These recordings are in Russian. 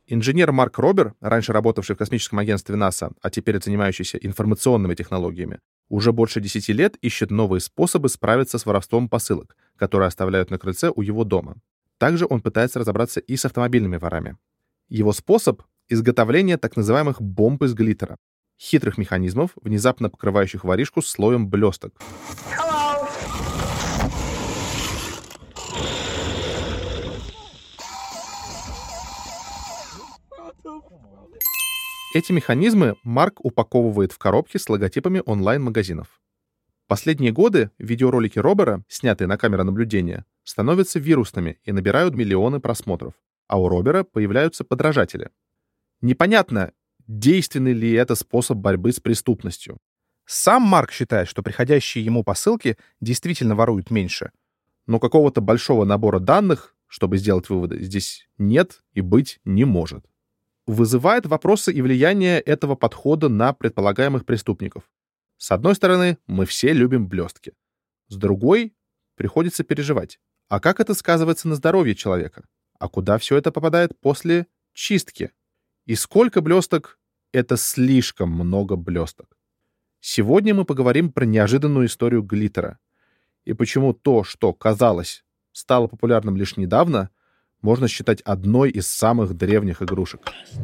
Инженер Марк Робер, раньше работавший в космическом агентстве НАСА, а теперь занимающийся информационными технологиями, уже больше 10 лет ищет новые способы справиться с воровством посылок, которые оставляют на крыльце у его дома. Также он пытается разобраться и с автомобильными ворами. Его способ — изготовление так называемых бомб из глиттера, хитрых механизмов, внезапно покрывающих воришку слоем блесток. Эти механизмы Марк упаковывает в коробки с логотипами онлайн-магазинов. Последние годы видеоролики Робера, снятые на камеру наблюдения, становятся вирусными и набирают миллионы просмотров, а у Робера появляются подражатели. Непонятно, действенный ли это способ борьбы с преступностью. Сам Марк считает, что приходящие ему посылки действительно воруют меньше, но какого-то большого набора данных, чтобы сделать выводы, здесь нет и быть не может. Вызывает вопросы и влияние этого подхода на предполагаемых преступников. С одной стороны, мы все любим блестки. С другой, приходится переживать. А как это сказывается на здоровье человека? А куда все это попадает после чистки? И сколько блесток — это слишком много блесток. Сегодня мы поговорим про неожиданную историю глиттера. И почему то, что, казалось, стало популярным лишь недавно, можно считать одной из самых древних игрушек.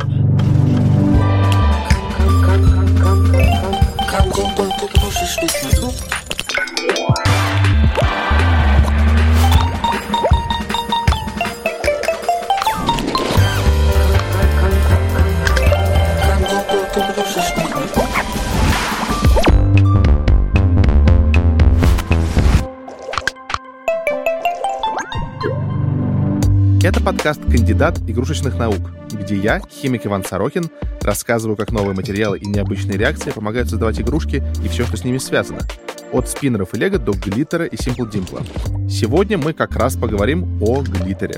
Это подкаст «Кандидат игрушечных наук», где я, химик Иван Сорокин, рассказываю, как новые материалы и необычные реакции помогают создавать игрушки и все, что с ними связано. От спиннеров и лего до глиттера и Simple Dimple. Сегодня мы как раз поговорим о глиттере.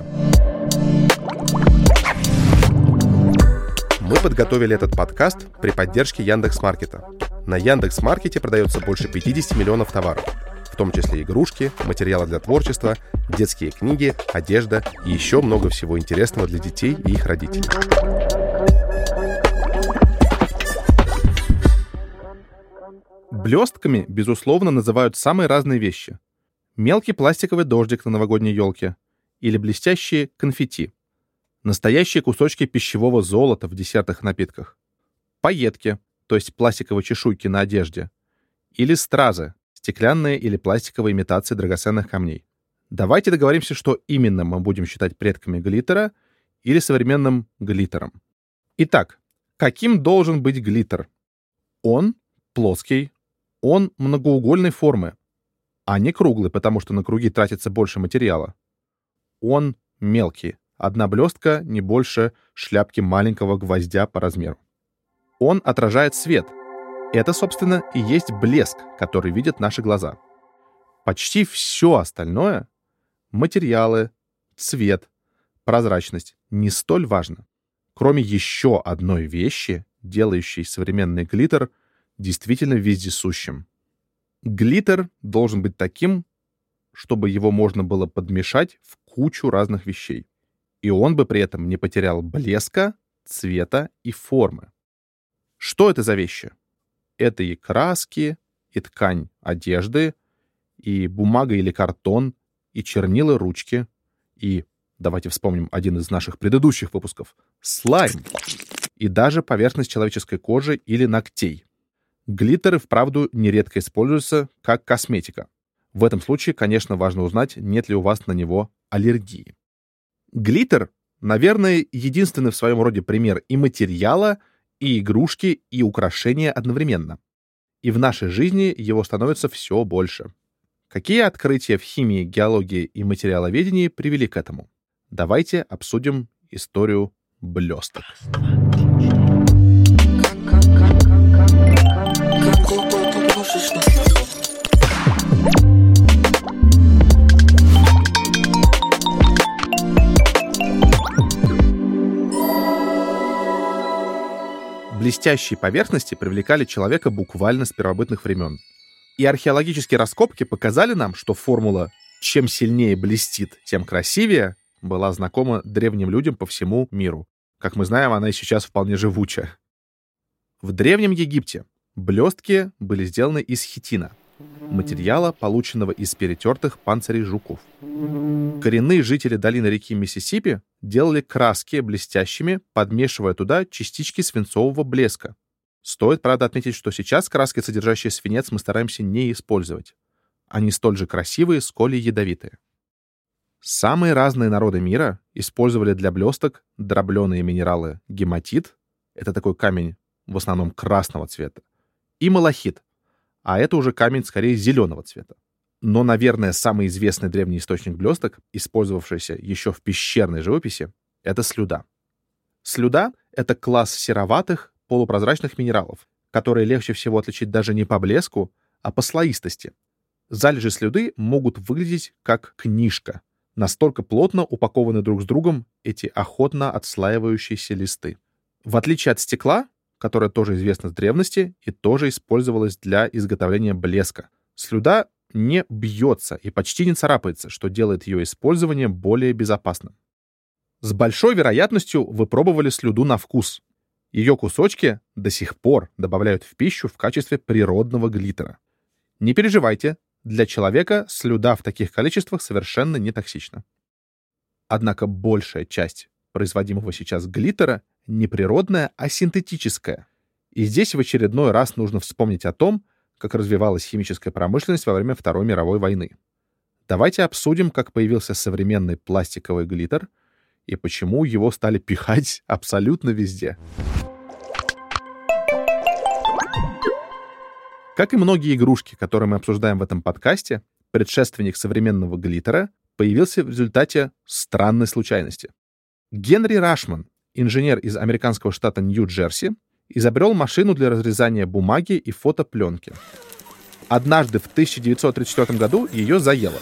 Мы подготовили этот подкаст при поддержке Яндекс.Маркета. На Яндекс.Маркете продается больше 50 миллионов товаров, в том числе игрушки, материалы для творчества, детские книги, одежда и еще много всего интересного для детей и их родителей. Блестками, безусловно, называют самые разные вещи. Мелкий пластиковый дождик на новогодней елке или блестящие конфетти. Настоящие кусочки пищевого золота в десертах и напитках. Пайетки, то есть пластиковые чешуйки на одежде. Или стразы, стеклянные или пластиковые имитации драгоценных камней. Давайте договоримся, что именно мы будем считать предками глиттера или современным глиттером. Итак, каким должен быть глиттер? Он плоский, он многоугольной формы, а не круглый, потому что на круги тратится больше материала. Он мелкий, одна блестка не больше шляпки маленького гвоздя по размеру. Он отражает свет. Это, собственно, и есть блеск, который видят наши глаза. Почти все остальное — материалы, цвет, прозрачность — не столь важно. Кроме еще одной вещи, делающей современный глиттер действительно вездесущим. Глиттер должен быть таким, чтобы его можно было подмешать в кучу разных вещей. И он бы при этом не потерял блеска, цвета и формы. Что это за вещи? Это и краски, и ткань одежды, и бумага или картон, и чернила ручки, и, давайте вспомним один из наших предыдущих выпусков, слайм, и даже поверхность человеческой кожи или ногтей. Глиттер и вправду нередко используется как косметика. В этом случае, конечно, важно узнать, нет ли у вас на него аллергии. Глиттер, наверное, единственный в своем роде пример и материала, и игрушки, и украшения одновременно. И в нашей жизни его становится все больше. Какие открытия в химии, геологии и материаловедении привели к этому? Давайте обсудим историю блесток. Блестящие поверхности привлекали человека буквально с первобытных времен. И археологические раскопки показали нам, что формула «чем сильнее блестит, тем красивее» была знакома древним людям по всему миру. Как мы знаем, она и сейчас вполне живуча. В Древнем Египте блестки были сделаны из хитина, материала, полученного из перетертых панцирей жуков. Коренные жители долины реки Миссисипи делали краски блестящими, подмешивая туда частички свинцового блеска. Стоит, правда, отметить, что сейчас краски, содержащие свинец, мы стараемся не использовать. Они столь же красивые, сколь и ядовитые. Самые разные народы мира использовали для блесток дробленые минералы гематит, это такой камень в основном красного цвета, и малахит, а это уже камень скорее зеленого цвета. Но, наверное, самый известный древний источник блесток, использовавшийся еще в пещерной живописи, это слюда. Слюда — это класс сероватых, полупрозрачных минералов, которые легче всего отличить даже не по блеску, а по слоистости. Залежи слюды могут выглядеть как книжка. Настолько плотно упакованы друг с другом эти охотно отслаивающиеся листы. В отличие от стекла, которое тоже известно с древности и тоже использовалось для изготовления блеска, слюда не бьется и почти не царапается, что делает ее использование более безопасным. С большой вероятностью вы пробовали слюду на вкус. Ее кусочки до сих пор добавляют в пищу в качестве природного глиттера. Не переживайте, для человека слюда в таких количествах совершенно не токсична. Однако большая часть производимого сейчас глиттера не природная, а синтетическая. И здесь в очередной раз нужно вспомнить о том, как развивалась химическая промышленность во время Второй мировой войны. Давайте обсудим, как появился современный пластиковый глиттер и почему его стали пихать абсолютно везде. Как и многие игрушки, которые мы обсуждаем в этом подкасте, предшественник современного глиттера появился в результате странной случайности. Генри Рашман, инженер из американского штата Нью-Джерси, изобрел машину для разрезания бумаги и фотопленки. Однажды в 1934 году ее заело.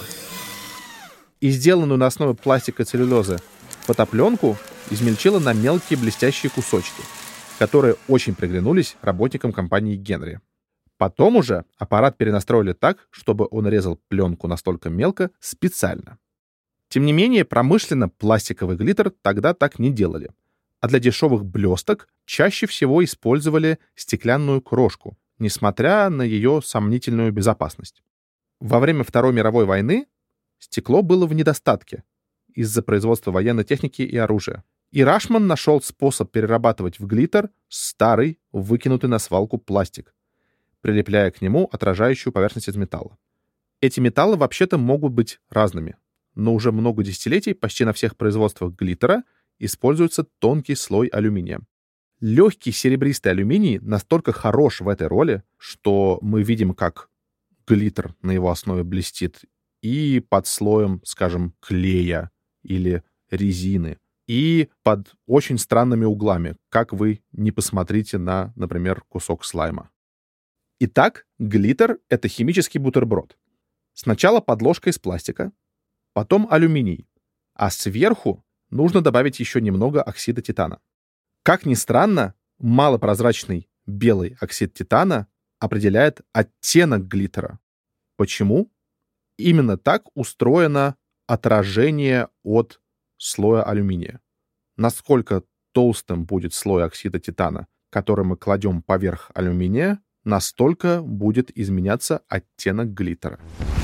И сделанную на основе пластика и целлюлозы фотопленку измельчило на мелкие блестящие кусочки, которые очень приглянулись работникам компании Генри. Потом уже аппарат перенастроили так, чтобы он резал пленку настолько мелко специально. Тем не менее, промышленно пластиковый глиттер тогда так не делали, а для дешевых блесток чаще всего использовали стеклянную крошку, несмотря на ее сомнительную безопасность. Во время Второй мировой войны стекло было в недостатке из-за производства военной техники и оружия. И Рашман нашел способ перерабатывать в глиттер старый, выкинутый на свалку пластик, прилепляя к нему отражающую поверхность из металла. Эти металлы вообще-то могут быть разными, но уже много десятилетий почти на всех производствах глиттера используется тонкий слой алюминия. Легкий серебристый алюминий настолько хорош в этой роли, что мы видим, как глиттер на его основе блестит и под слоем, скажем, клея или резины, и под очень странными углами, как вы не посмотрите на, например, кусок слайма. Итак, глиттер — это химический бутерброд. Сначала подложка из пластика, потом алюминий, а сверху нужно добавить еще немного оксида титана. Как ни странно, малопрозрачный белый оксид титана определяет оттенок глиттера. Почему? Именно так устроено отражение от слоя алюминия. Насколько толстым будет слой оксида титана, который мы кладем поверх алюминия, настолько будет изменяться оттенок глиттера.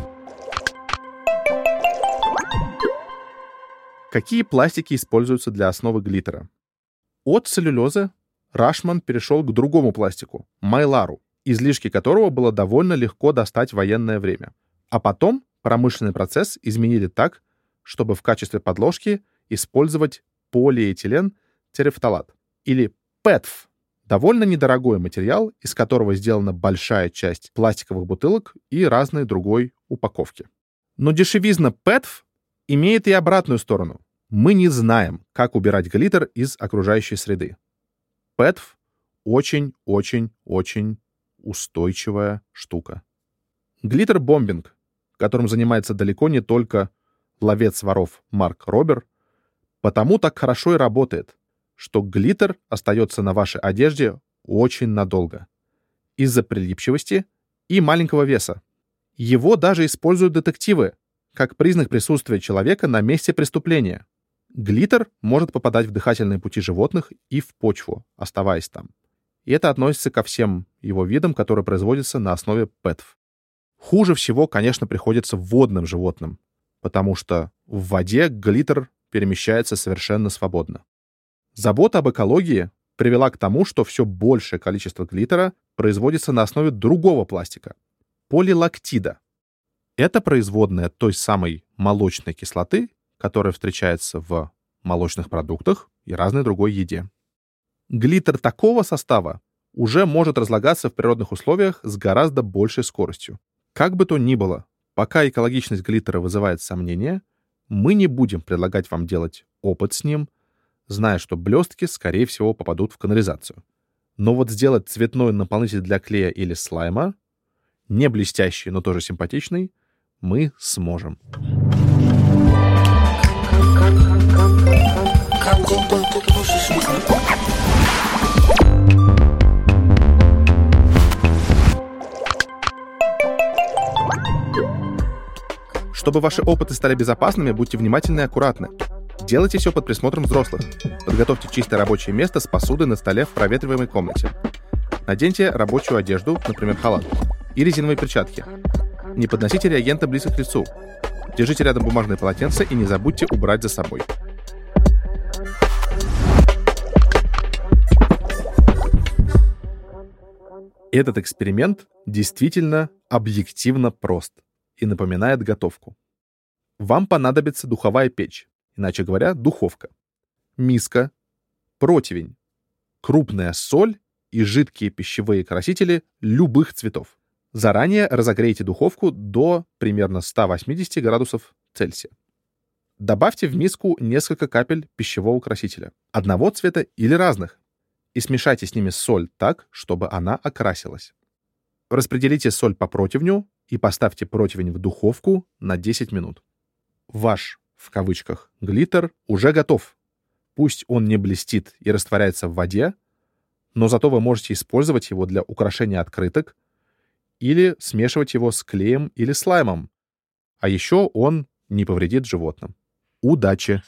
Какие пластики используются для основы глиттера? От целлюлозы Рашман перешел к другому пластику — майлару, излишки которого было довольно легко достать в военное время. А потом промышленный процесс изменили так, чтобы в качестве подложки использовать полиэтилен терефталат или ПЭТФ. Довольно недорогой материал, из которого сделана большая часть пластиковых бутылок и разной другой упаковки. Но дешевизна ПЭТФ имеет и обратную сторону. Мы не знаем, как убирать глиттер из окружающей среды. ПЭТФ очень-очень-очень устойчивая штука. Глиттер-бомбинг, которым занимается далеко не только ловец воров Марк Робер, потому так хорошо и работает, что глиттер остается на вашей одежде очень надолго из-за прилипчивости и маленького веса. Его даже используют детективы как признак присутствия человека на месте преступления. Глиттер может попадать в дыхательные пути животных и в почву, оставаясь там. И это относится ко всем его видам, которые производятся на основе ПЭТов. Хуже всего, конечно, приходится водным животным, потому что в воде глиттер перемещается совершенно свободно. Забота об экологии привела к тому, что все большее количество глиттера производится на основе другого пластика — полилактида. Это производная той самой молочной кислоты, которая встречается в молочных продуктах и разной другой еде. Глиттер такого состава уже может разлагаться в природных условиях с гораздо большей скоростью. Как бы то ни было, пока экологичность глиттера вызывает сомнения, мы не будем предлагать вам делать опыт с ним, зная, что блестки, скорее всего, попадут в канализацию. Но вот сделать цветной наполнитель для клея или слайма, не блестящий, но тоже симпатичный, мы сможем. Чтобы ваши опыты стали безопасными, будьте внимательны и аккуратны. Делайте все под присмотром взрослых. Подготовьте чистое рабочее место с посудой на столе в проветриваемой комнате. Наденьте рабочую одежду, например, халат, и резиновые перчатки. Не подносите реагенты близко к лицу. Держите рядом бумажное полотенце и не забудьте убрать за собой. Этот эксперимент действительно объективно прост и напоминает готовку. Вам понадобится духовая печь, иначе говоря, духовка, миска, противень, крупная соль и жидкие пищевые красители любых цветов. Заранее разогрейте духовку до примерно 180 градусов Цельсия. Добавьте в миску несколько капель пищевого красителя, одного цвета или разных, и смешайте с ними соль так, чтобы она окрасилась. Распределите соль по противню и поставьте противень в духовку на 10 минут. Ваш, в кавычках, глиттер уже готов. Пусть он не блестит и растворяется в воде, но зато вы можете использовать его для украшения открыток или смешивать его с клеем или слаймом. А еще он не повредит животным. Удачи!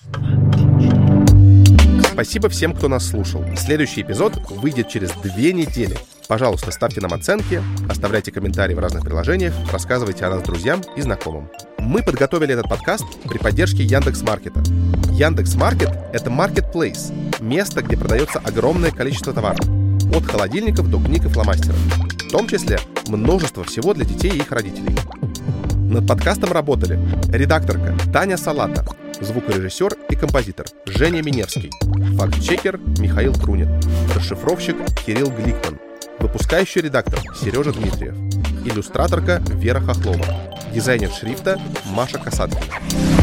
Спасибо всем, кто нас слушал. Следующий эпизод выйдет через 2 недели. Пожалуйста, ставьте нам оценки, оставляйте комментарии в разных приложениях, рассказывайте о нас друзьям и знакомым. Мы подготовили этот подкаст при поддержке Яндекс.Маркета. Яндекс.Маркет — это marketplace, место, где продается огромное количество товаров. От холодильников до книг и фломастеров. В том числе множество всего для детей и их родителей. Над подкастом работали редакторка Таня Салата, звукорежиссер и композитор Женя Миневский, фактчекер Михаил Трунин, расшифровщик Кирилл Гликман, выпускающий редактор Сережа Дмитриев, иллюстраторка Вера Хохлова, дизайнер шрифта Маша Касаткина.